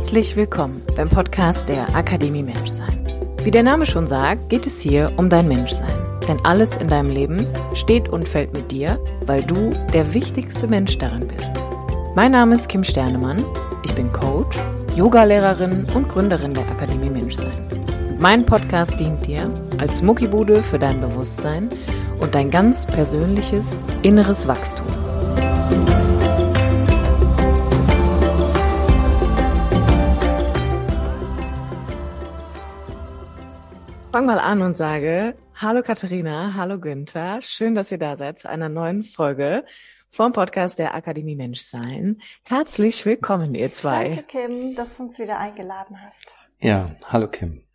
Herzlich willkommen beim Podcast der Akademie Menschsein. Wie der Name schon sagt, geht es hier um dein Menschsein. Denn alles in deinem Leben steht und fällt mit dir, weil du der wichtigste Mensch darin bist. Mein Name ist Kim Sternemann, ich bin Coach, Yogalehrerin und Gründerin der Akademie Menschsein. Und mein Podcast dient dir als Muckibude für dein Bewusstsein und dein ganz persönliches inneres Wachstum. Ich fange mal an und sage, hallo Katharina, hallo Günther, schön, dass ihr da seid zu einer neuen Folge vom Podcast der Akademie Menschsein. Herzlich willkommen, ihr zwei. Danke, Kim, dass du uns wieder eingeladen hast. Ja, hallo Kim.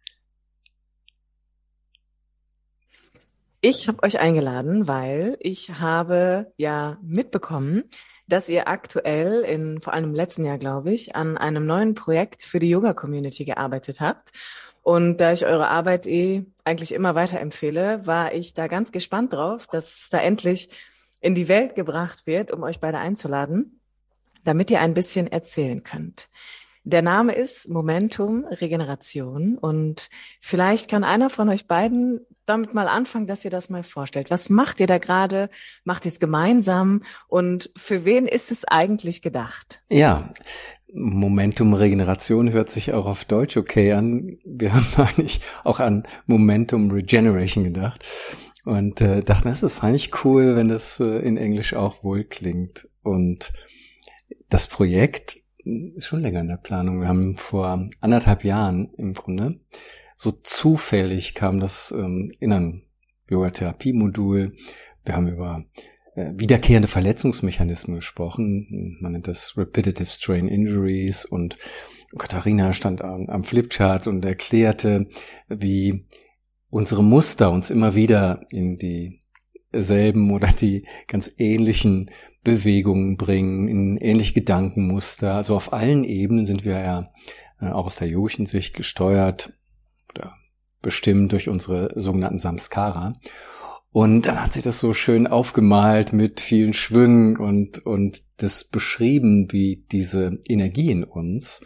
Ich habe euch eingeladen, weil ich habe ja mitbekommen, dass ihr aktuell vor allem im letzten Jahr, glaube ich, an einem neuen Projekt für die Yoga-Community gearbeitet habt. Und da ich eure Arbeit eigentlich immer weiterempfehle, war ich da ganz gespannt drauf, dass es da endlich in die Welt gebracht wird, um euch beide einzuladen, damit ihr ein bisschen erzählen könnt. Der Name ist Momentum Regeneration und vielleicht kann einer von euch beiden damit mal anfangen, dass ihr das mal vorstellt. Was macht ihr da gerade? Macht ihr es gemeinsam? Und für wen ist es eigentlich gedacht? Ja, Momentum Regeneration hört sich auch auf Deutsch okay an. Wir haben eigentlich auch an Momentum Regeneration gedacht und dachten, es ist eigentlich cool, wenn das in Englisch auch wohl klingt. Und das Projekt ist schon länger in der Planung. Wir haben vor 1,5 Jahren im Grunde so zufällig kam das in ein Yoga-Therapie-Modul. Wir haben über wiederkehrende Verletzungsmechanismen gesprochen. Man nennt das Repetitive Strain Injuries und Katharina stand am Flipchart und erklärte, wie unsere Muster uns immer wieder in dieselben oder die ganz ähnlichen Bewegungen bringen, in ähnliche Gedankenmuster. Also auf allen Ebenen sind wir ja auch aus der yogischen Sicht gesteuert oder bestimmt durch unsere sogenannten Samskara. Und dann hat sich das so schön aufgemalt mit vielen Schwüngen und das beschrieben, wie diese Energie in uns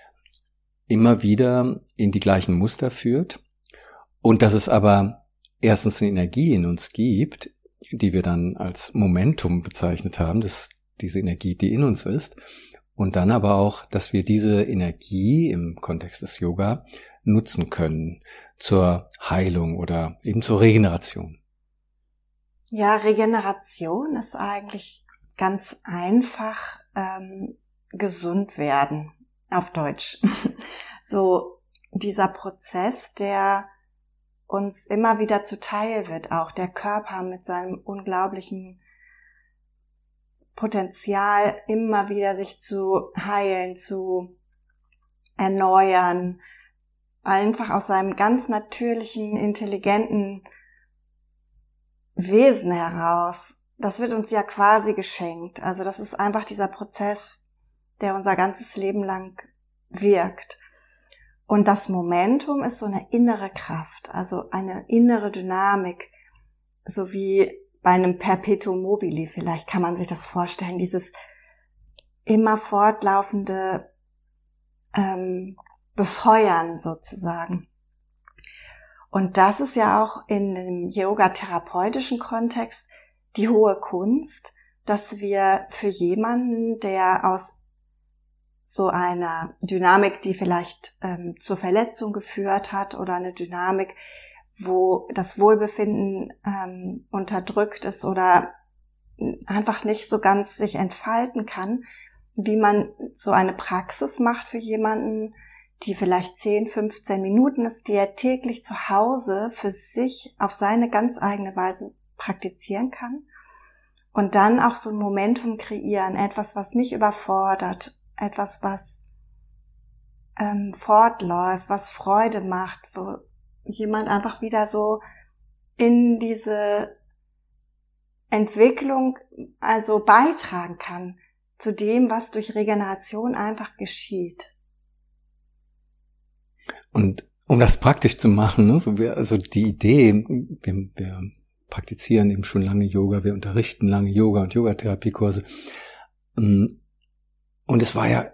immer wieder in die gleichen Muster führt und dass es aber erstens eine Energie in uns gibt, die wir dann als Momentum bezeichnet haben, das ist diese Energie, die in uns ist, und dann aber auch, dass wir diese Energie im Kontext des Yoga nutzen können zur Heilung oder eben zur Regeneration. Ja, Regeneration ist eigentlich ganz einfach gesund werden auf Deutsch. So dieser Prozess, der uns immer wieder zuteil wird, auch der Körper mit seinem unglaublichen Potenzial, immer wieder sich zu heilen, zu erneuern, einfach aus seinem ganz natürlichen, intelligenten Wesen heraus. Das wird uns ja quasi geschenkt. Also das ist einfach dieser Prozess, der unser ganzes Leben lang wirkt. Und das Momentum ist so eine innere Kraft, also eine innere Dynamik, so wie bei einem Perpetuum mobile, vielleicht kann man sich das vorstellen, dieses immer fortlaufende Befeuern sozusagen. Und das ist ja auch in dem yoga-therapeutischen Kontext die hohe Kunst, dass wir für jemanden, der aus so einer Dynamik, die vielleicht zur Verletzung geführt hat oder eine Dynamik, wo das Wohlbefinden unterdrückt ist oder einfach nicht so ganz sich entfalten kann, wie man so eine Praxis macht für jemanden, die vielleicht 10, 15 Minuten ist, die er täglich zu Hause für sich auf seine ganz eigene Weise praktizieren kann und dann auch so ein Momentum kreieren, etwas, was nicht überfordert, etwas, was fortläuft, was Freude macht, wo jemand einfach wieder so in diese Entwicklung also beitragen kann zu dem, was durch Regeneration einfach geschieht. Und um das praktisch zu machen, also die Idee, wir praktizieren eben schon lange Yoga, wir unterrichten lange Yoga und Yogatherapiekurse. Und es war ja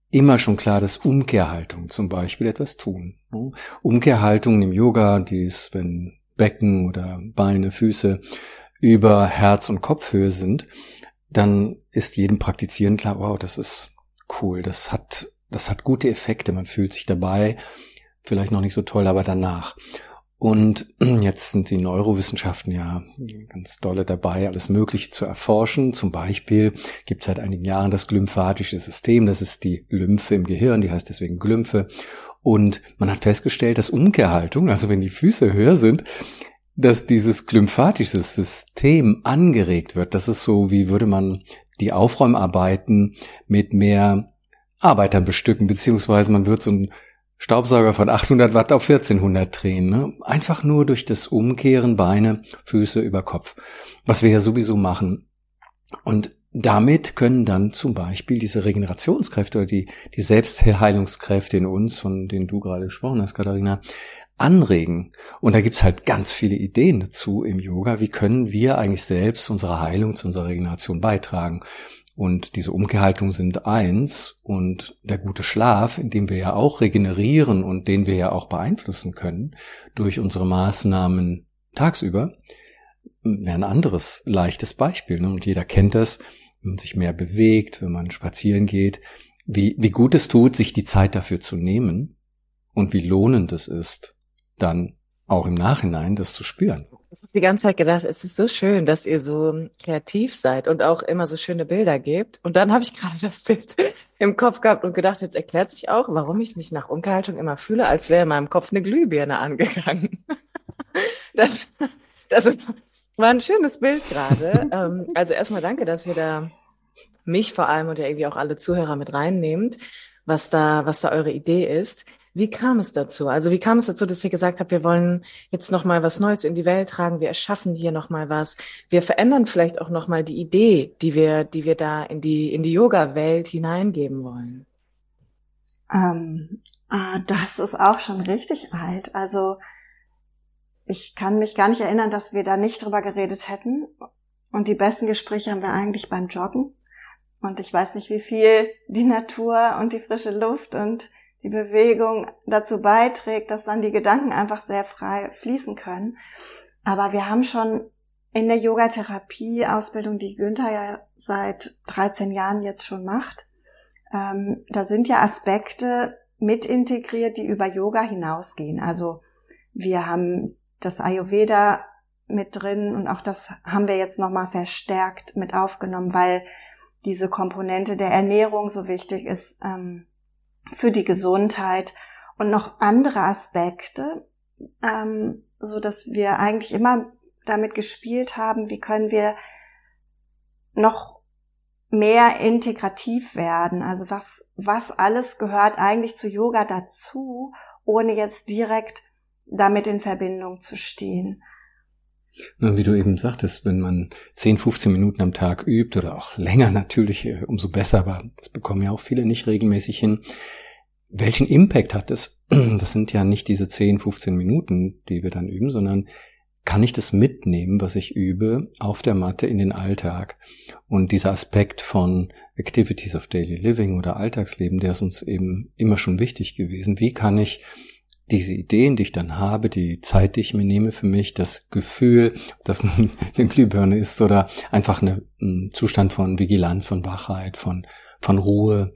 immer schon klar, dass Umkehrhaltungen zum Beispiel etwas tun. Umkehrhaltungen im Yoga, die ist, wenn Becken oder Beine, Füße über Herz- und Kopfhöhe sind, dann ist jedem Praktizierenden klar, wow, das ist cool, das hat gute Effekte, man fühlt sich dabei, vielleicht noch nicht so toll, aber danach. Und jetzt sind die Neurowissenschaften ja ganz dolle dabei, alles Mögliche zu erforschen. Zum Beispiel gibt es seit einigen Jahren das glymphatische System, das ist die Lymphe im Gehirn, die heißt deswegen Glymphe. Und man hat festgestellt, dass Umkehrhaltung, also wenn die Füße höher sind, dass dieses glymphatische System angeregt wird. Das ist so, wie würde man die Aufräumarbeiten mit mehr Arbeitern bestücken, beziehungsweise man wird so ein Staubsauger von 800 Watt auf 1400 drehen, ne? Einfach nur durch das Umkehren Beine, Füße über Kopf, was wir ja sowieso machen. Und damit können dann zum Beispiel diese Regenerationskräfte oder die Selbstheilungskräfte in uns, von denen du gerade gesprochen hast, Katharina, anregen. Und da gibt's halt ganz viele Ideen dazu im Yoga. Wie können wir eigentlich selbst unsere Heilung zu unserer Regeneration beitragen? Und diese Umkehrhaltungen sind eins, und der gute Schlaf, in dem wir ja auch regenerieren und den wir ja auch beeinflussen können durch unsere Maßnahmen tagsüber, wäre ein anderes leichtes Beispiel. Und jeder kennt das, wenn man sich mehr bewegt, wenn man spazieren geht, wie gut es tut, sich die Zeit dafür zu nehmen und wie lohnend es ist, dann auch im Nachhinein das zu spüren. Ich habe die ganze Zeit gedacht, es ist so schön, dass ihr so kreativ seid und auch immer so schöne Bilder gebt. Und dann habe ich gerade das Bild im Kopf gehabt und gedacht, jetzt erklärt sich auch, warum ich mich nach Umkehrhaltung immer fühle, als wäre in meinem Kopf eine Glühbirne angegangen. Das war ein schönes Bild gerade. Also erstmal danke, dass ihr da mich vor allem und ja irgendwie auch alle Zuhörer mit reinnehmt, was da eure Idee ist. Wie kam es dazu? Also wie kam es dazu, dass ihr gesagt habt, wir wollen jetzt nochmal was Neues in die Welt tragen, wir erschaffen hier nochmal was, wir verändern vielleicht auch nochmal die Idee, die wir da in die Yoga-Welt hineingeben wollen? Das ist auch schon richtig alt. Also ich kann mich gar nicht erinnern, dass wir da nicht drüber geredet hätten. Und die besten Gespräche haben wir eigentlich beim Joggen. Und ich weiß nicht, wie viel die Natur und die frische Luft und die Bewegung dazu beiträgt, dass dann die Gedanken einfach sehr frei fließen können. Aber wir haben schon in der Yogatherapie-Ausbildung, die Günther ja seit 13 Jahren jetzt schon macht, da sind ja Aspekte mit integriert, die über Yoga hinausgehen. Also wir haben das Ayurveda mit drin und auch das haben wir jetzt nochmal verstärkt mit aufgenommen, weil diese Komponente der Ernährung so wichtig ist für die Gesundheit und noch andere Aspekte, so dass wir eigentlich immer damit gespielt haben, wie können wir noch mehr integrativ werden, also was alles gehört eigentlich zu Yoga dazu, ohne jetzt direkt damit in Verbindung zu stehen. Wie du eben sagtest, wenn man 10, 15 Minuten am Tag übt oder auch länger natürlich, umso besser, aber das bekommen ja auch viele nicht regelmäßig hin. Welchen Impact hat es? Das sind ja nicht diese 10, 15 Minuten, die wir dann üben, sondern kann ich das mitnehmen, was ich übe, auf der Matte in den Alltag? Und dieser Aspekt von Activities of Daily Living oder Alltagsleben, der ist uns eben immer schon wichtig gewesen. Wie kann ich diese Ideen, die ich dann habe, die Zeit, die ich mir nehme für mich, das Gefühl, ob das eine Glühbirne ist oder einfach ein Zustand von Vigilanz, von Wachheit, von Ruhe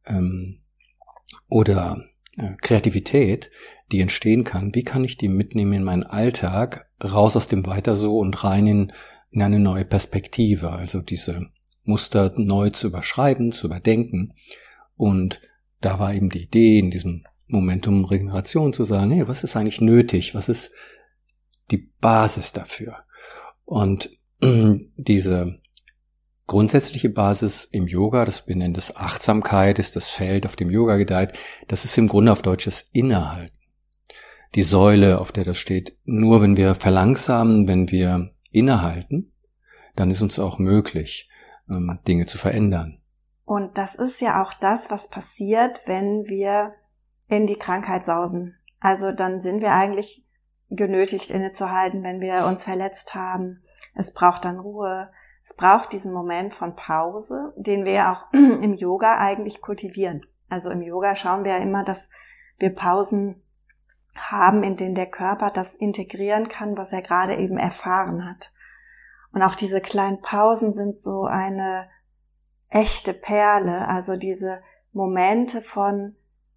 oder Kreativität, die entstehen kann, wie kann ich die mitnehmen in meinen Alltag, raus aus dem Weiter so und rein in eine neue Perspektive, also diese Muster neu zu überschreiben, zu überdenken. Und da war eben die Idee in diesem Momentum Regeneration zu sagen, hey, was ist eigentlich nötig? Was ist die Basis dafür? Und diese grundsätzliche Basis im Yoga, wir nennen das Achtsamkeit, ist das Feld, auf dem Yoga gedeiht, das ist im Grunde auf Deutsch das Innehalten. Die Säule, auf der das steht, nur wenn wir verlangsamen, wenn wir innehalten, dann ist uns auch möglich, Dinge zu verändern. Und das ist ja auch das, was passiert, wenn wir in die Krankheit sausen. Also dann sind wir eigentlich genötigt, innezuhalten, wenn wir uns verletzt haben. Es braucht dann Ruhe. Es braucht diesen Moment von Pause, den wir ja auch im Yoga eigentlich kultivieren. Also im Yoga schauen wir ja immer, dass wir Pausen haben, in denen der Körper das integrieren kann, was er gerade eben erfahren hat. Und auch diese kleinen Pausen sind so eine echte Perle, also diese Momente von,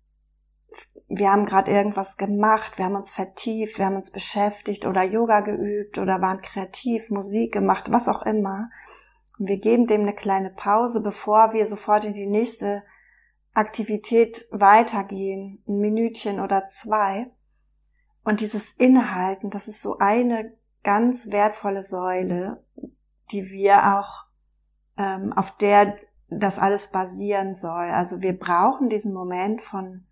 wir haben gerade irgendwas gemacht, wir haben uns vertieft, wir haben uns beschäftigt oder Yoga geübt oder waren kreativ, Musik gemacht, was auch immer. Und wir geben dem eine kleine Pause, bevor wir sofort in die nächste Aktivität weitergehen, ein Minütchen oder 2. Und dieses Innehalten, das ist so eine ganz wertvolle Säule, die wir auch, auf der das alles basieren soll. Also wir brauchen diesen Moment von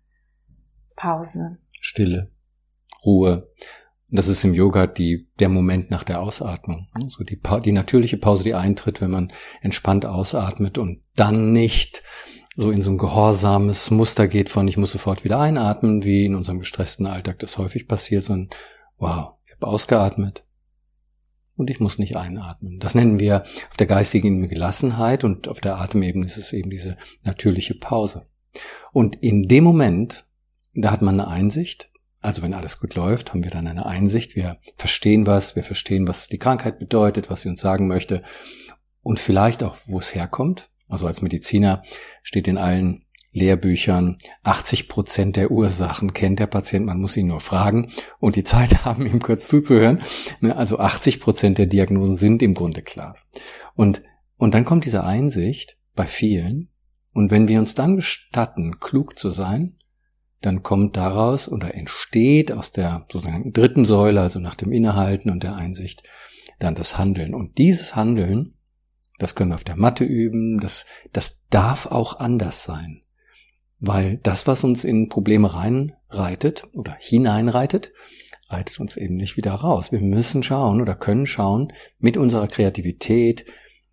Pause. Stille, Ruhe. Das ist im Yoga der Moment nach der Ausatmung. So die natürliche Pause, die eintritt, wenn man entspannt ausatmet und dann nicht so in so ein gehorsames Muster geht von ich muss sofort wieder einatmen, wie in unserem gestressten Alltag das häufig passiert, sondern wow, ich habe ausgeatmet und ich muss nicht einatmen. Das nennen wir auf der geistigen Ebene Gelassenheit und auf der Atemebene ist es eben diese natürliche Pause. Und in dem Moment, da hat man eine Einsicht, also wenn alles gut läuft, haben wir dann eine Einsicht, wir verstehen, was die Krankheit bedeutet, was sie uns sagen möchte und vielleicht auch, wo es herkommt. Also als Mediziner steht in allen Lehrbüchern, 80% der Ursachen kennt der Patient, man muss ihn nur fragen und die Zeit haben, ihm kurz zuzuhören. Also 80% der Diagnosen sind im Grunde klar. Und dann kommt diese Einsicht bei vielen und wenn wir uns dann gestatten, klug zu sein, dann kommt daraus oder entsteht aus der sozusagen dritten Säule, also nach dem Innehalten und der Einsicht, dann das Handeln. Und dieses Handeln, das können wir auf der Matte üben, das darf auch anders sein. Weil das, was uns in Probleme reinreitet oder hineinreitet, reitet uns eben nicht wieder raus. Wir müssen schauen oder können schauen, mit unserer Kreativität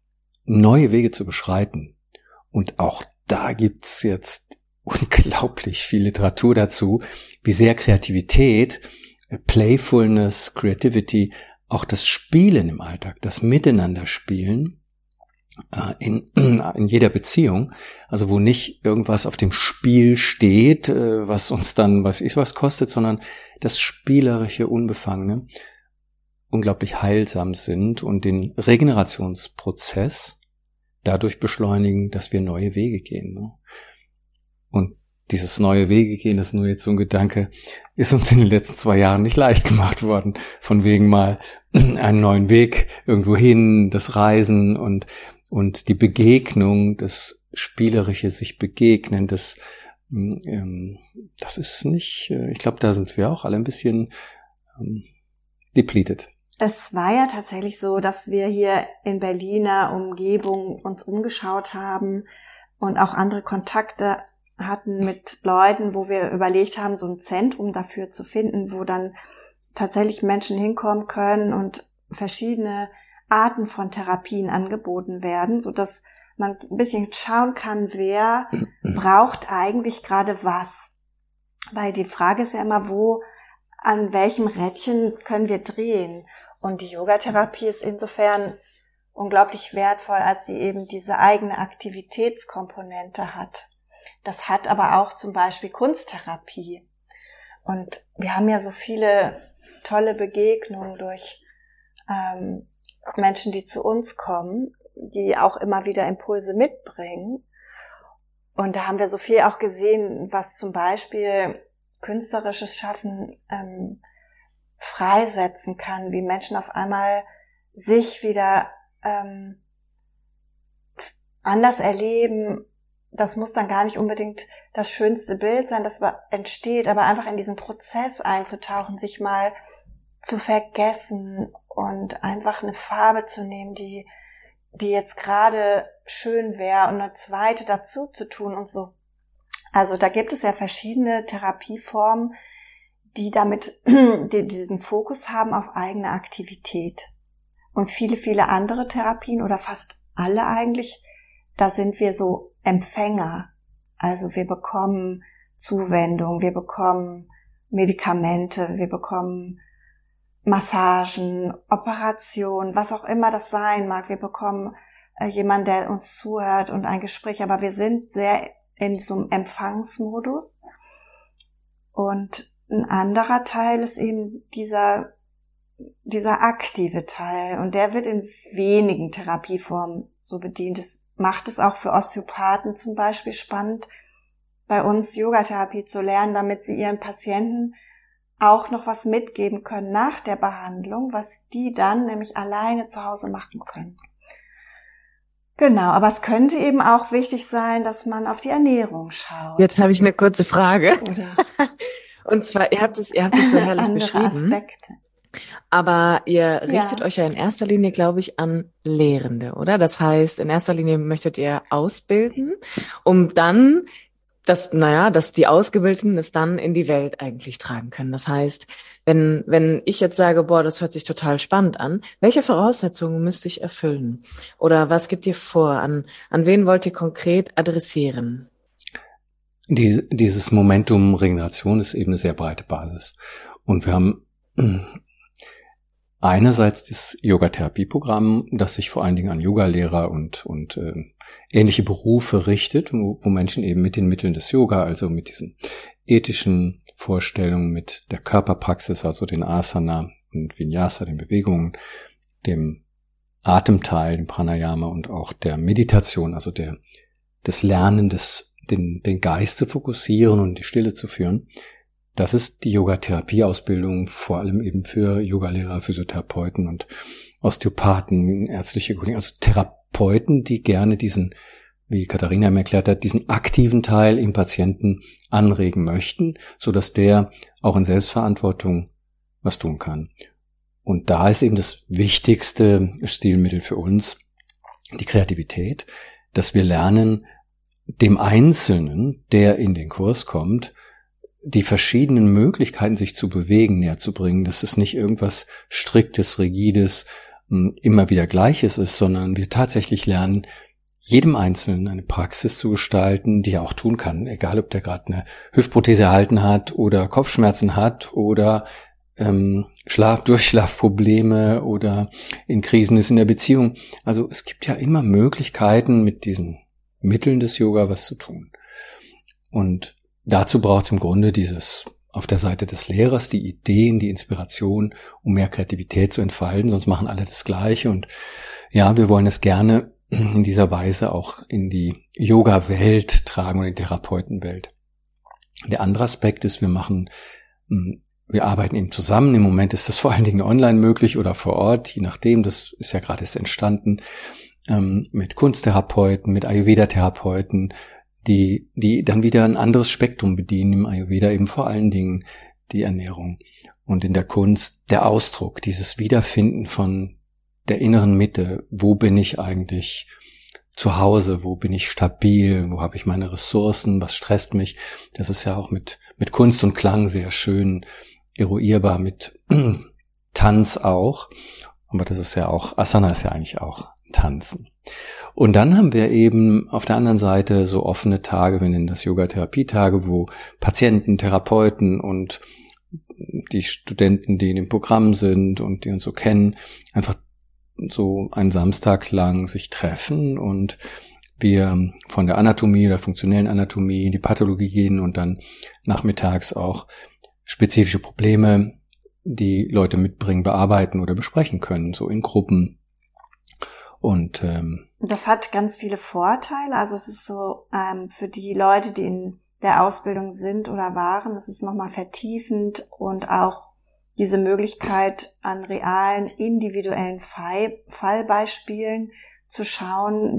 neue Wege zu beschreiten. Und auch da gibt's jetzt unglaublich viel Literatur dazu, wie sehr Kreativität, Playfulness, Creativity, auch das Spielen im Alltag, das Miteinanderspielen in jeder Beziehung, also wo nicht irgendwas auf dem Spiel steht, was uns dann, weiß ich was kostet, sondern das spielerische, unbefangene, unglaublich heilsam sind und den Regenerationsprozess dadurch beschleunigen, dass wir neue Wege gehen. Ne? Und dieses neue Wege gehen, das ist nur jetzt so ein Gedanke, ist uns in den letzten 2 Jahren nicht leicht gemacht worden. Von wegen mal einen neuen Weg irgendwo hin, das Reisen und die Begegnung, das spielerische sich begegnen, das ist nicht, ich glaube, da sind wir auch alle ein bisschen depleted. Es war ja tatsächlich so, dass wir hier in Berliner Umgebung uns umgeschaut haben und auch andere Kontakte hatten mit Leuten, wo wir überlegt haben, so ein Zentrum dafür zu finden, wo dann tatsächlich Menschen hinkommen können und verschiedene Arten von Therapien angeboten werden, so dass man ein bisschen schauen kann, wer braucht eigentlich gerade was. Weil die Frage ist ja immer, an welchem Rädchen können wir drehen? Und die Yogatherapie ist insofern unglaublich wertvoll, als sie eben diese eigene Aktivitätskomponente hat. Das hat aber auch zum Beispiel Kunsttherapie. Und wir haben ja so viele tolle Begegnungen durch Menschen, die zu uns kommen, die auch immer wieder Impulse mitbringen. Und da haben wir so viel auch gesehen, was zum Beispiel künstlerisches Schaffen freisetzen kann, wie Menschen auf einmal sich wieder anders erleben. Das muss dann gar nicht unbedingt das schönste Bild sein, das entsteht, aber einfach in diesen Prozess einzutauchen, sich mal zu vergessen und einfach eine Farbe zu nehmen, die jetzt gerade schön wäre und eine zweite dazu zu tun und so. Also da gibt es ja verschiedene Therapieformen, die diesen Fokus haben auf eigene Aktivität. Und viele, viele andere Therapien oder fast alle eigentlich, da sind wir so Empfänger. Also wir bekommen Zuwendung, wir bekommen Medikamente, wir bekommen Massagen, Operationen, was auch immer das sein mag. Wir bekommen jemanden, der uns zuhört und ein Gespräch, aber wir sind sehr in so einem Empfangsmodus. Und ein anderer Teil ist eben dieser aktive Teil. Und der wird in wenigen Therapieformen so bedient. Das macht es auch für Osteopathen zum Beispiel spannend, bei uns Yogatherapie zu lernen, damit sie ihren Patienten auch noch was mitgeben können nach der Behandlung, was die dann nämlich alleine zu Hause machen können. Genau, aber es könnte eben auch wichtig sein, dass man auf die Ernährung schaut. Jetzt habe ich eine kurze Frage. Oder Und zwar, ihr habt es so herrlich andere beschrieben, Aspekte. aber ihr richtet Ja. euch ja in erster Linie, glaube ich, an Lehrende, oder? Das heißt, in erster Linie möchtet ihr ausbilden, um dann dass die Ausgebildeten es dann in die Welt eigentlich tragen können. Das heißt, wenn ich jetzt sage, boah, das hört sich total spannend an, welche Voraussetzungen müsste ich erfüllen? Oder was gibt ihr vor? An wen wollt ihr konkret adressieren? Dieses Momentum Regeneration ist eben eine sehr breite Basis. Und wir haben einerseits das Yoga-Therapie-Programm, das sich vor allen Dingen an Yogalehrer und ähnliche Berufe richtet, wo Menschen eben mit den Mitteln des Yoga, also mit diesen ethischen Vorstellungen, mit der Körperpraxis, also den Asana und Vinyasa, den Bewegungen, dem Atemteil, dem Pranayama und auch der Meditation, also des Lernen, den Geist zu fokussieren und die Stille zu führen. Das ist die Yoga-Therapie-Ausbildung, vor allem eben für Yogalehrer, Physiotherapeuten und Osteopathen, ärztliche Kollegen, also Therapeuten, die gerne diesen, wie Katharina mir erklärt hat, diesen aktiven Teil im Patienten anregen möchten, so dass der auch in Selbstverantwortung was tun kann. Und da ist eben das wichtigste Stilmittel für uns die Kreativität, dass wir lernen, dem Einzelnen, der in den Kurs kommt, die verschiedenen Möglichkeiten, sich zu bewegen, näher zu bringen, dass es nicht irgendwas Striktes, Rigides, immer wieder Gleiches ist, sondern wir tatsächlich lernen, jedem Einzelnen eine Praxis zu gestalten, die er auch tun kann, egal ob der gerade eine Hüftprothese erhalten hat oder Kopfschmerzen hat oder Durchschlafprobleme oder in Krisen ist in der Beziehung. Also es gibt ja immer Möglichkeiten, mit diesen Mitteln des Yoga was zu tun. Und dazu braucht es im Grunde dieses auf der Seite des Lehrers die Ideen, die Inspiration, um mehr Kreativität zu entfalten, sonst machen alle das Gleiche. Und ja, wir wollen es gerne in dieser Weise auch in die Yoga-Welt tragen und in die Therapeutenwelt. Der andere Aspekt ist, wir arbeiten eben zusammen. Im Moment ist das vor allen Dingen online möglich oder vor Ort, je nachdem. Das ist ja gerade erst entstanden, mit Kunsttherapeuten, mit Ayurveda-Therapeuten, die dann wieder ein anderes Spektrum bedienen. Im Ayurveda eben vor allen Dingen die Ernährung und in der Kunst der Ausdruck, dieses Wiederfinden von der inneren Mitte. Wo bin ich eigentlich zu Hause? Wo bin ich stabil? Wo habe ich meine Ressourcen? Was stresst mich? Das ist ja auch mit Kunst und Klang sehr schön eruierbar, mit Tanz auch. Aber das ist ja auch, Asana ist ja eigentlich auch Tanzen. Und dann haben wir eben auf der anderen Seite so offene Tage, wir nennen das Yoga-Therapie-Tage, wo Patienten, Therapeuten und die Studenten, die in dem Programm sind und die uns so kennen, einfach so einen Samstag lang sich treffen und wir von der Anatomie oder funktionellen Anatomie in die Pathologie gehen und dann nachmittags auch spezifische Probleme, die Leute mitbringen, bearbeiten oder besprechen können, so in Gruppen. Und das hat ganz viele Vorteile. Also es ist so für die Leute, die in der Ausbildung sind oder waren, es ist nochmal vertiefend und auch diese Möglichkeit an realen, individuellen Fallbeispielen zu schauen,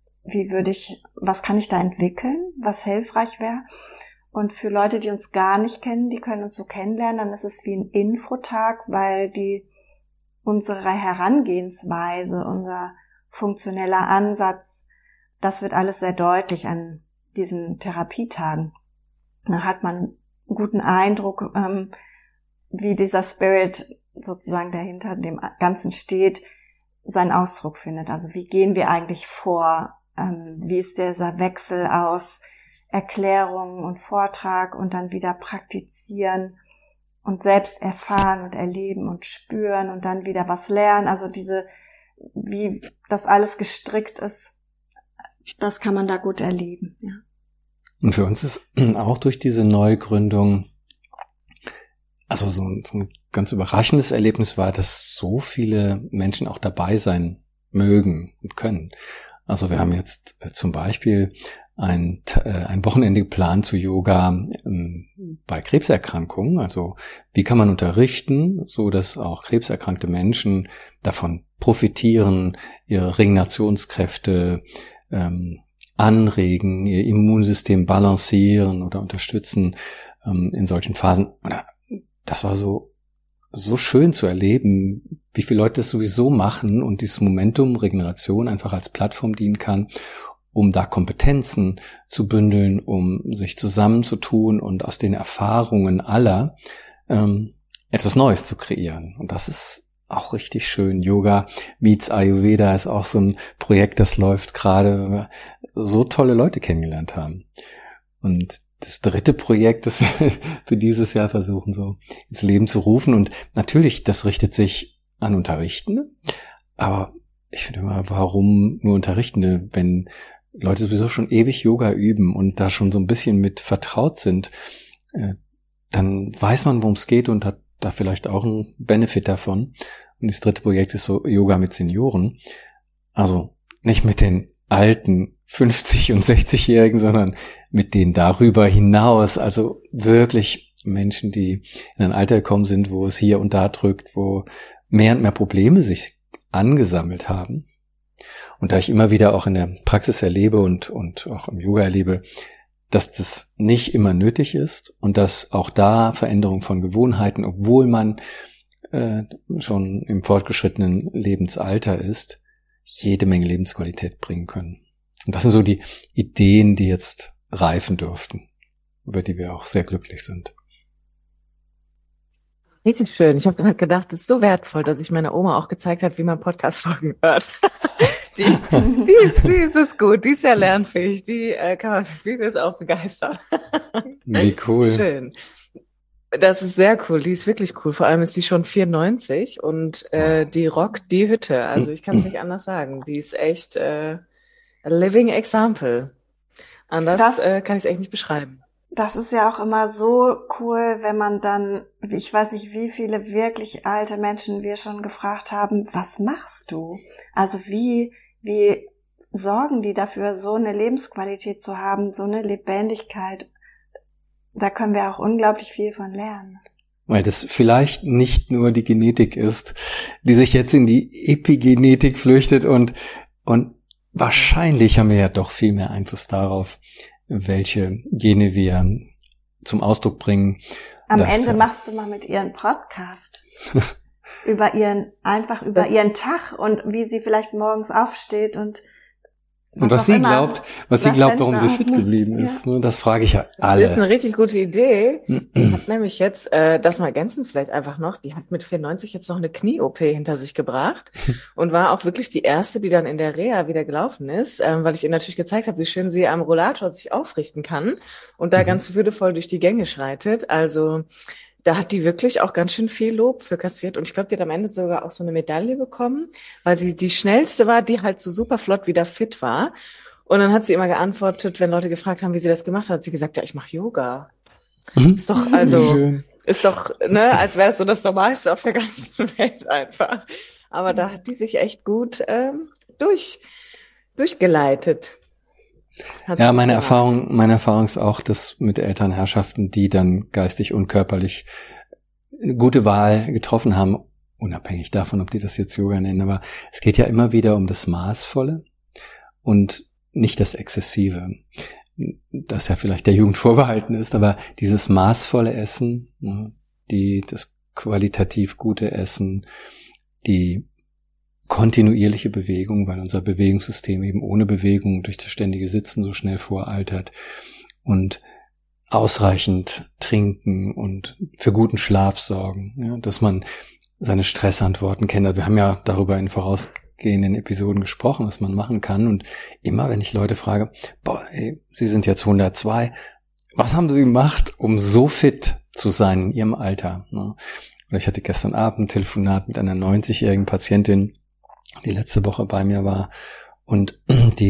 was kann ich da entwickeln, was hilfreich wäre. Und für Leute, die uns gar nicht kennen, die können uns so kennenlernen, dann ist es wie ein Infotag, weil unsere Herangehensweise, unser funktioneller Ansatz, das wird alles sehr deutlich an diesen Therapietagen. Da hat man einen guten Eindruck, wie dieser Spirit sozusagen, der hinter dem Ganzen steht, seinen Ausdruck findet. Also wie gehen wir eigentlich vor? Wie ist dieser Wechsel aus Erklärung und Vortrag und dann wieder praktizieren und selbst erfahren und erleben und spüren und dann wieder was lernen. Also wie das alles gestrickt ist, das kann man da gut erleben. Ja. Und für uns ist auch durch diese Neugründung, also so ein ganz überraschendes Erlebnis war, dass so viele Menschen auch dabei sein mögen und können. Also wir haben jetzt zum Beispiel ein Wochenende geplant zu Yoga bei Krebserkrankungen. Also wie kann man unterrichten, so dass auch krebserkrankte Menschen davon profitieren, ihre Regenerationskräfte anregen, ihr Immunsystem balancieren oder unterstützen in solchen Phasen. Das war so schön zu erleben, wie viele Leute das sowieso machen und dieses Momentum Regeneration einfach als Plattform dienen kann, um da Kompetenzen zu bündeln, um sich zusammenzutun und aus den Erfahrungen aller etwas Neues zu kreieren. Und das ist auch richtig schön. Yoga meets Ayurveda ist auch so ein Projekt, das läuft gerade, weil wir so tolle Leute kennengelernt haben. Und das dritte Projekt, das wir für dieses Jahr versuchen, so ins Leben zu rufen. Und natürlich, das richtet sich an Unterrichtende. Aber ich finde immer, warum nur Unterrichtende, wenn Leute sowieso schon ewig Yoga üben und da schon so ein bisschen mit vertraut sind, dann weiß man, worum es geht und hat da vielleicht auch einen Benefit davon. Und das dritte Projekt ist so Yoga mit Senioren. Also nicht mit den alten 50- und 60-Jährigen, sondern mit denen darüber hinaus. Also wirklich Menschen, die in ein Alter gekommen sind, wo es hier und da drückt, wo mehr und mehr Probleme sich angesammelt haben. Und da ich immer wieder auch in der Praxis erlebe und auch im Yoga erlebe, dass das nicht immer nötig ist und dass auch da Veränderung von Gewohnheiten, obwohl man schon im fortgeschrittenen Lebensalter ist, jede Menge Lebensqualität bringen können. Und das sind so die Ideen, die jetzt reifen dürften, über die wir auch sehr glücklich sind. Richtig schön. Ich habe gerade gedacht, es ist so wertvoll, dass ich meiner Oma auch gezeigt hat, wie man Podcast-Folgen hört. Die ist gut, die ist ja lernfähig, die kann man für vieles auch begeistern. Wie cool. Schön. Das ist sehr cool, die ist wirklich cool. Vor allem ist sie schon 94 und die rockt die Hütte. Also ich kann es nicht anders sagen. Die ist echt a living example. Anders kann ich es echt nicht beschreiben. Das ist ja auch immer so cool, wenn man dann, ich weiß nicht, wie viele wirklich alte Menschen wir schon gefragt haben, was machst du? Also wie sorgen die dafür, so eine Lebensqualität zu haben, so eine Lebendigkeit? Da können wir auch unglaublich viel von lernen. Weil das vielleicht nicht nur die Genetik ist, die sich jetzt in die Epigenetik flüchtet und wahrscheinlich haben wir ja doch viel mehr Einfluss darauf, welche Gene wir zum Ausdruck bringen. Am Ende machst du mal mit ihr einen Podcast über ihren Tag und wie sie vielleicht morgens aufsteht und was sie glaubt, warum sie fit geblieben ist. Ja. Das frage ich ja alle. Das ist eine richtig gute Idee. Die hat nämlich jetzt, das mal ergänzen vielleicht einfach noch, die hat mit 94 jetzt noch eine Knie-OP hinter sich gebracht und war auch wirklich die erste, die dann in der Reha wieder gelaufen ist, weil ich ihr natürlich gezeigt habe, wie schön sie am Rollator sich aufrichten kann und da ganz würdevoll durch die Gänge schreitet. Also da hat die wirklich auch ganz schön viel Lob für kassiert. Und ich glaube, die hat am Ende sogar auch so eine Medaille bekommen, weil sie die schnellste war, die halt so super flott wieder fit war. Und dann hat sie immer geantwortet, wenn Leute gefragt haben, wie sie das gemacht hat sie gesagt, ja, ich mache Yoga. Ist doch, als wäre es so das Normalste auf der ganzen Welt einfach. Aber da hat die sich echt gut durchgeleitet. Ja, meine Erfahrung ist auch, dass mit Elternherrschaften, die dann geistig und körperlich eine gute Wahl getroffen haben, unabhängig davon, ob die das jetzt Yoga nennen, aber es geht ja immer wieder um das Maßvolle und nicht das Exzessive, das ja vielleicht der Jugend vorbehalten ist, aber dieses maßvolle Essen, das qualitativ gute Essen, die kontinuierliche Bewegung, weil unser Bewegungssystem eben ohne Bewegung durch das ständige Sitzen so schnell voraltert und ausreichend trinken und für guten Schlaf sorgen, ja, dass man seine Stressantworten kennt. Wir haben ja darüber in vorausgehenden Episoden gesprochen, was man machen kann und immer, wenn ich Leute frage, Sie sind jetzt 102, was haben Sie gemacht, um so fit zu sein in Ihrem Alter? Oder ich hatte gestern Abend ein Telefonat mit einer 90-jährigen Patientin, die letzte Woche bei mir war und die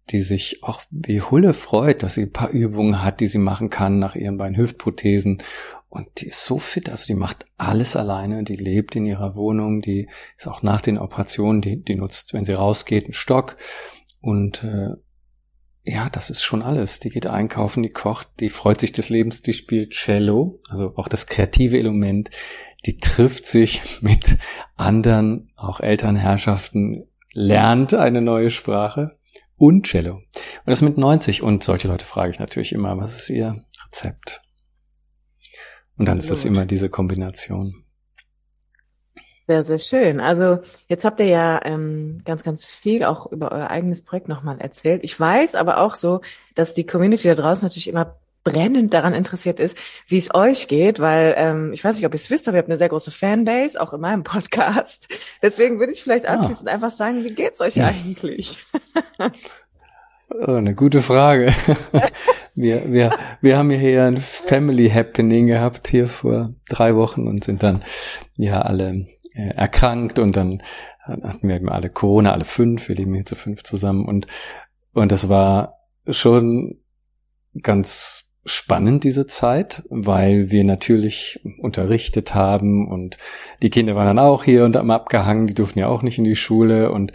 die sich auch wie Hulle freut, dass sie ein paar Übungen hat, die sie machen kann nach ihren beiden Hüftprothesen. Und die ist so fit, also die macht alles alleine, die lebt in ihrer Wohnung, die ist auch nach den Operationen, die nutzt, wenn sie rausgeht, einen Stock. Und ja, das ist schon alles. Die geht einkaufen, die kocht, die freut sich des Lebens, die spielt Cello, also auch das kreative Element. Die trifft sich mit anderen, auch Elternherrschaften, lernt eine neue Sprache und Cello. Und das mit 90. Und solche Leute frage ich natürlich immer, was ist ihr Rezept? Und dann ist das immer diese Kombination. Sehr, sehr schön. Also jetzt habt ihr ja ganz, ganz viel auch über euer eigenes Projekt nochmal erzählt. Ich weiß aber auch so, dass die Community da draußen natürlich immer brennend daran interessiert ist, wie es euch geht, weil ich weiß nicht, ob ihr es wisst, aber ihr habt eine sehr große Fanbase, auch in meinem Podcast. Deswegen würde ich vielleicht abschließend einfach sagen, wie geht's euch eigentlich? Oh, eine gute Frage. Wir haben ja hier ein Family Happening gehabt hier vor 3 Wochen und sind dann ja alle erkrankt und dann hatten wir eben alle Corona, alle 5, wir leben hier zu 5 zusammen und das war schon ganz spannend, diese Zeit, weil wir natürlich unterrichtet haben und die Kinder waren dann auch hier und haben abgehangen, die durften ja auch nicht in die Schule und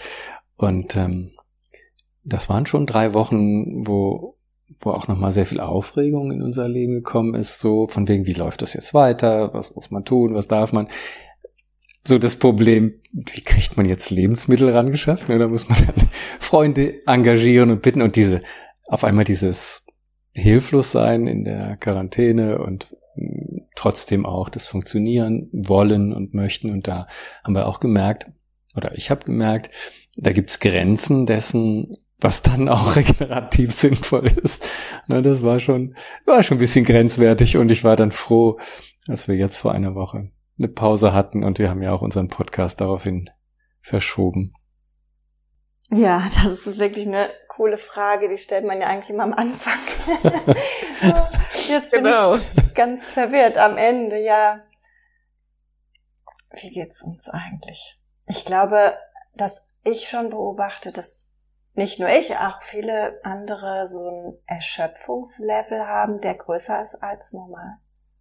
das waren schon 3 Wochen, wo auch nochmal sehr viel Aufregung in unser Leben gekommen ist, so von wegen, wie läuft das jetzt weiter, was muss man tun, was darf man. So das Problem, wie kriegt man jetzt Lebensmittel rangeschafft? Da muss man dann Freunde engagieren und bitten und auf einmal dieses Hilflossein in der Quarantäne und trotzdem auch das Funktionieren wollen und möchten. Und da haben wir auch gemerkt, oder ich habe gemerkt, da gibt's Grenzen dessen, was dann auch regenerativ sinnvoll ist. Das war schon ein bisschen grenzwertig und ich war dann froh, als wir jetzt vor einer Woche eine Pause hatten und wir haben ja auch unseren Podcast daraufhin verschoben. Ja, das ist wirklich eine coole Frage, die stellt man ja eigentlich immer am Anfang. Jetzt bin ich ganz verwirrt am Ende, ja. Wie geht's uns eigentlich? Ich glaube, dass ich schon beobachte, dass nicht nur ich, auch viele andere so ein Erschöpfungslevel haben, der größer ist als normal.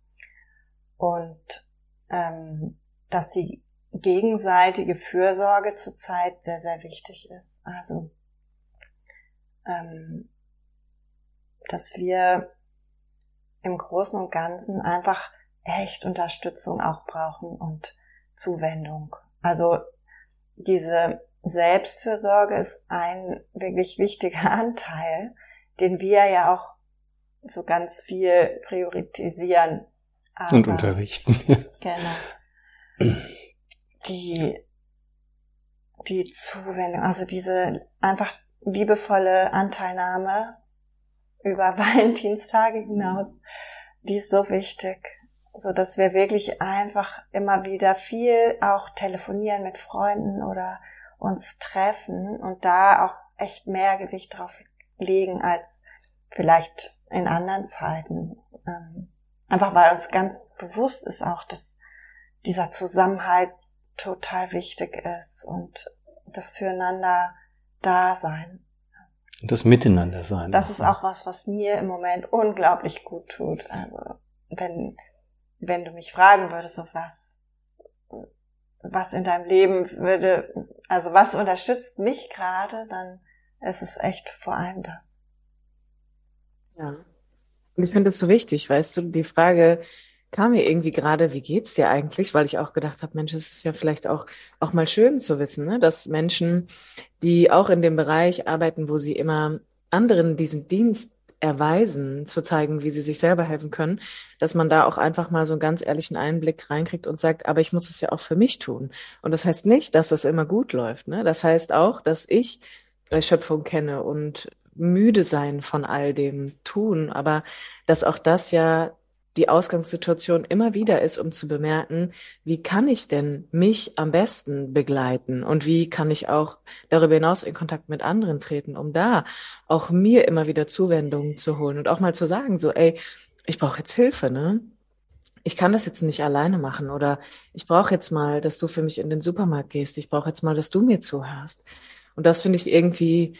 Und dass die gegenseitige Fürsorge zurzeit sehr, sehr wichtig ist. Also, dass wir im Großen und Ganzen einfach echt Unterstützung auch brauchen und Zuwendung. Also diese Selbstfürsorge ist ein wirklich wichtiger Anteil, den wir ja auch so ganz viel priorisieren. Aber, und unterrichten. Genau. Die Zuwendung, also diese einfach liebevolle Anteilnahme über Valentinstage hinaus, die ist so wichtig, so dass wir wirklich einfach immer wieder viel auch telefonieren mit Freunden oder uns treffen und da auch echt mehr Gewicht drauf legen als vielleicht in anderen Zeiten. Einfach weil uns ganz bewusst ist auch, dass dieser Zusammenhalt total wichtig ist und das Füreinander Dasein. Und das Miteinander sein. Das ist auch was mir im Moment unglaublich gut tut. Also wenn du mich fragen würdest, so was in deinem Leben also was unterstützt mich gerade, dann ist es echt vor allem das. Ja. Und ich finde das so wichtig, weißt du, die Frage kam mir irgendwie gerade, wie geht's dir eigentlich? Weil ich auch gedacht habe, Mensch, es ist ja vielleicht auch mal schön zu wissen, ne? Dass Menschen, die auch in dem Bereich arbeiten, wo sie immer anderen diesen Dienst erweisen, zu zeigen, wie sie sich selber helfen können, dass man da auch einfach mal so einen ganz ehrlichen Einblick reinkriegt und sagt, aber ich muss es ja auch für mich tun. Und das heißt nicht, dass das immer gut läuft, ne? Das heißt auch, dass ich Erschöpfung kenne und müde sein von all dem Tun, aber dass auch das ja die Ausgangssituation immer wieder ist, um zu bemerken, wie kann ich denn mich am besten begleiten und wie kann ich auch darüber hinaus in Kontakt mit anderen treten, um da auch mir immer wieder Zuwendungen zu holen und auch mal zu sagen, so, ey, ich brauche jetzt Hilfe, ne? Ich kann das jetzt nicht alleine machen oder ich brauche jetzt mal, dass du für mich in den Supermarkt gehst, ich brauche jetzt mal, dass du mir zuhörst. Und das finde ich irgendwie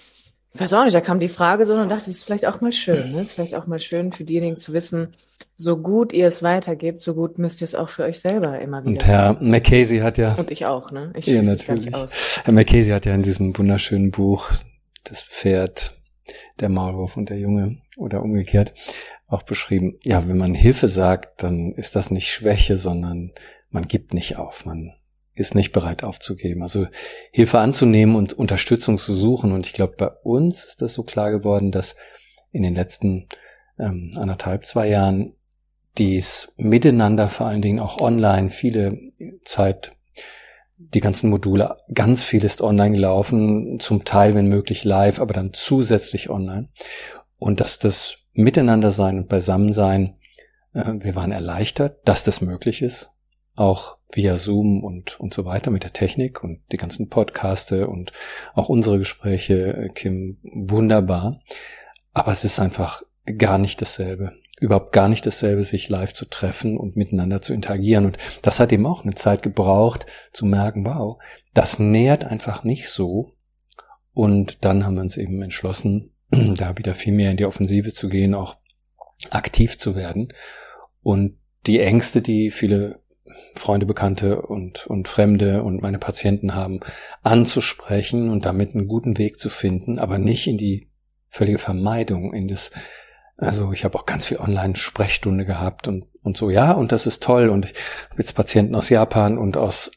Ich weiß auch nicht, da kam die Frage so und dachte, das ist vielleicht auch mal schön, ne? Ist vielleicht auch mal schön für diejenigen zu wissen, so gut ihr es weitergebt, so gut müsst ihr es auch für euch selber immer wieder. Und Herr Mackenzie hat ja... Und ich auch, ne? Ich ja, schließe mich gar natürlich. nicht aus. Herr Mackenzie hat ja in diesem wunderschönen Buch Das Pferd, der Maulwurf und der Junge oder umgekehrt auch beschrieben, ja, wenn man Hilfe sagt, dann ist das nicht Schwäche, sondern man gibt nicht auf, man ist nicht bereit aufzugeben. Also Hilfe anzunehmen und Unterstützung zu suchen. Und ich glaube, bei uns ist das so klar geworden, dass in den letzten 1,5, 2 Jahren dies Miteinander, vor allen Dingen auch online, viele Zeit, die ganzen Module, ganz viel ist online gelaufen, zum Teil, wenn möglich, live, aber dann zusätzlich online. Und dass das Miteinander-Sein und Beisammensein, wir waren erleichtert, dass das möglich ist, auch via Zoom und so weiter mit der Technik und die ganzen Podcaste und auch unsere Gespräche, Kim, wunderbar. Aber es ist einfach gar nicht dasselbe. Überhaupt gar nicht dasselbe, sich live zu treffen und miteinander zu interagieren. Und das hat eben auch eine Zeit gebraucht, zu merken, wow, das nährt einfach nicht so. Und dann haben wir uns eben entschlossen, da wieder viel mehr in die Offensive zu gehen, auch aktiv zu werden. Und die Ängste, die viele Freunde, Bekannte und Fremde und meine Patienten haben, anzusprechen und damit einen guten Weg zu finden, aber nicht in die völlige Vermeidung, in das, also ich habe auch ganz viel Online-Sprechstunde gehabt und so, ja, und das ist toll. Und ich habe jetzt Patienten aus Japan und aus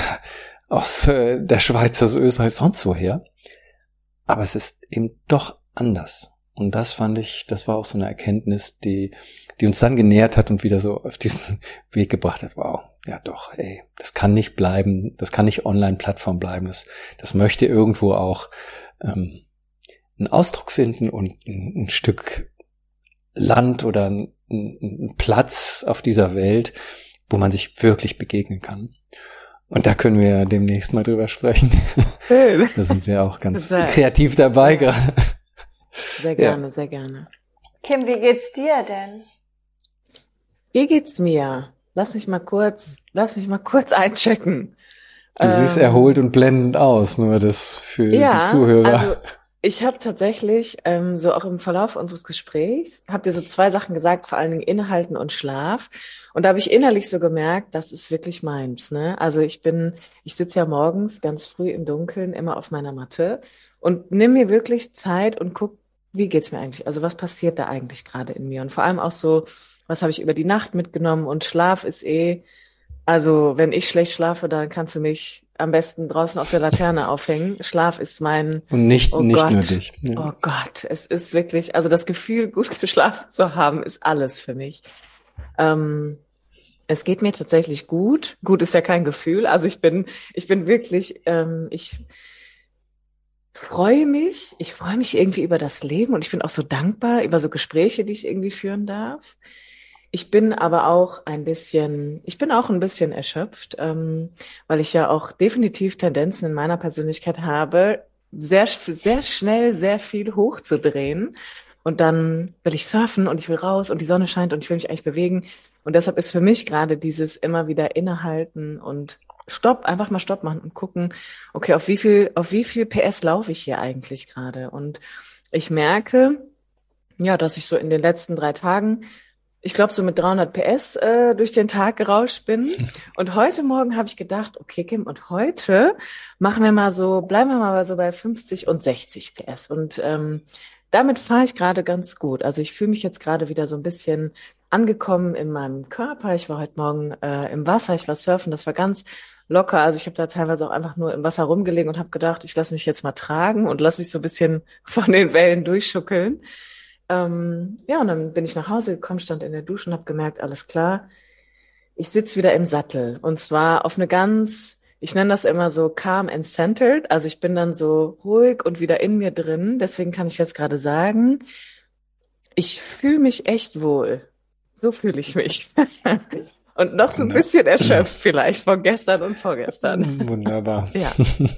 der Schweiz, aus Österreich, sonst woher. Aber es ist eben doch anders. Und das fand ich, das war auch so eine Erkenntnis, die uns dann genährt hat und wieder so auf diesen Weg gebracht hat. Wow, ja doch, ey, das kann nicht bleiben, das kann nicht Online-Plattform bleiben. Das möchte irgendwo auch einen Ausdruck finden und ein Stück Land oder ein Platz auf dieser Welt, wo man sich wirklich begegnen kann. Und da können wir ja demnächst mal drüber sprechen. Schön. Da sind wir auch ganz kreativ dabei gerade. Sehr gerne, sehr gerne. Kim, wie geht's dir denn? Wie geht's mir? Lass mich mal kurz einchecken. Du siehst erholt und blendend aus, nur das für die Zuhörer. Also ich habe tatsächlich, so auch im Verlauf unseres Gesprächs, habt ihr so 2 Sachen gesagt, vor allen Dingen Innehalten und Schlaf. Und da habe ich innerlich so gemerkt, das ist wirklich meins, ne? Also ich sitze ja morgens ganz früh im Dunkeln immer auf meiner Matte und nimm mir wirklich Zeit und guck, wie geht's mir eigentlich? Also was passiert da eigentlich gerade in mir? Und vor allem auch so, was habe ich über die Nacht mitgenommen? Und Schlaf ist also wenn ich schlecht schlafe, dann kannst du mich am besten draußen auf der Laterne aufhängen. Schlaf ist mein... Und nicht nur dich. Ja. Oh Gott, es ist wirklich, also das Gefühl, gut geschlafen zu haben, ist alles für mich. Es geht mir tatsächlich gut. Gut ist ja kein Gefühl. Also ich bin wirklich, ich freue mich irgendwie über das Leben und ich bin auch so dankbar über so Gespräche, die ich irgendwie führen darf. Ich bin aber auch ein bisschen erschöpft, weil ich ja auch definitiv Tendenzen in meiner Persönlichkeit habe, sehr, sehr schnell sehr viel hochzudrehen. Und dann will ich surfen und ich will raus und die Sonne scheint und ich will mich eigentlich bewegen. Und deshalb ist für mich gerade dieses immer wieder innehalten und einfach mal Stopp machen und gucken, okay, auf wie viel PS laufe ich hier eigentlich gerade? Und ich merke, ja, dass ich so in den letzten 3 Tagen, ich glaube, so mit 300 PS durch den Tag gerauscht bin. Und heute Morgen habe ich gedacht, okay, Kim, und heute bleiben wir mal so bei 50 und 60 PS. Und damit fahre ich gerade ganz gut. Also ich fühle mich jetzt gerade wieder so ein bisschen angekommen in meinem Körper. Ich war heute Morgen im Wasser, ich war surfen, das war ganz locker. Also ich habe da teilweise auch einfach nur im Wasser rumgelegen und habe gedacht, ich lasse mich jetzt mal tragen und lasse mich so ein bisschen von den Wellen durchschuckeln. Ja, und dann bin ich nach Hause gekommen, stand in der Dusche und habe gemerkt, alles klar, ich sitze wieder im Sattel. Und zwar auf eine ich nenne das immer so calm and centered. Also ich bin dann so ruhig und wieder in mir drin. Deswegen kann ich jetzt gerade sagen, ich fühle mich echt wohl. So fühle ich mich. Und noch so ein bisschen erschöpft vielleicht von gestern und vorgestern. Wunderbar. Ja.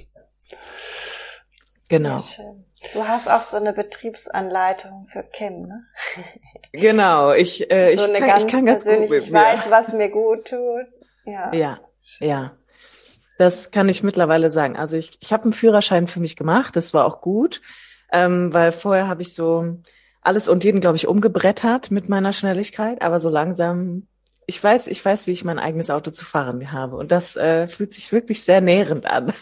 Genau. Sehr schön. Du hast auch so eine Betriebsanleitung für Kim, ne? Genau. Ich kann ganz gut mit mir. Ich weiß, was mir gut tut. Ja. Das kann ich mittlerweile sagen. Also ich habe einen Führerschein für mich gemacht. Das war auch gut. weil vorher habe ich so alles und jeden, glaube ich, umgebrettert mit meiner Schnelligkeit, aber so langsam, ich weiß, wie ich mein eigenes Auto zu fahren habe und das fühlt sich wirklich sehr nährend an.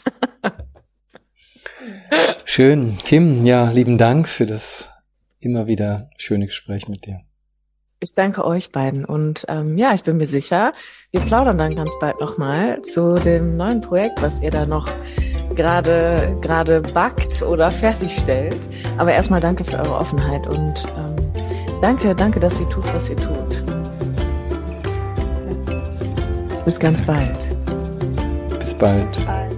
Schön. Kim, ja, lieben Dank für das immer wieder schöne Gespräch mit dir. Ich danke euch beiden und ja, ich bin mir sicher, wir plaudern dann ganz bald nochmal zu dem neuen Projekt, was ihr da noch gerade backt oder fertigstellt. Aber erstmal danke für eure Offenheit und danke, dass ihr tut, was ihr tut. Bis ganz bald. Bis bald. Bis bald.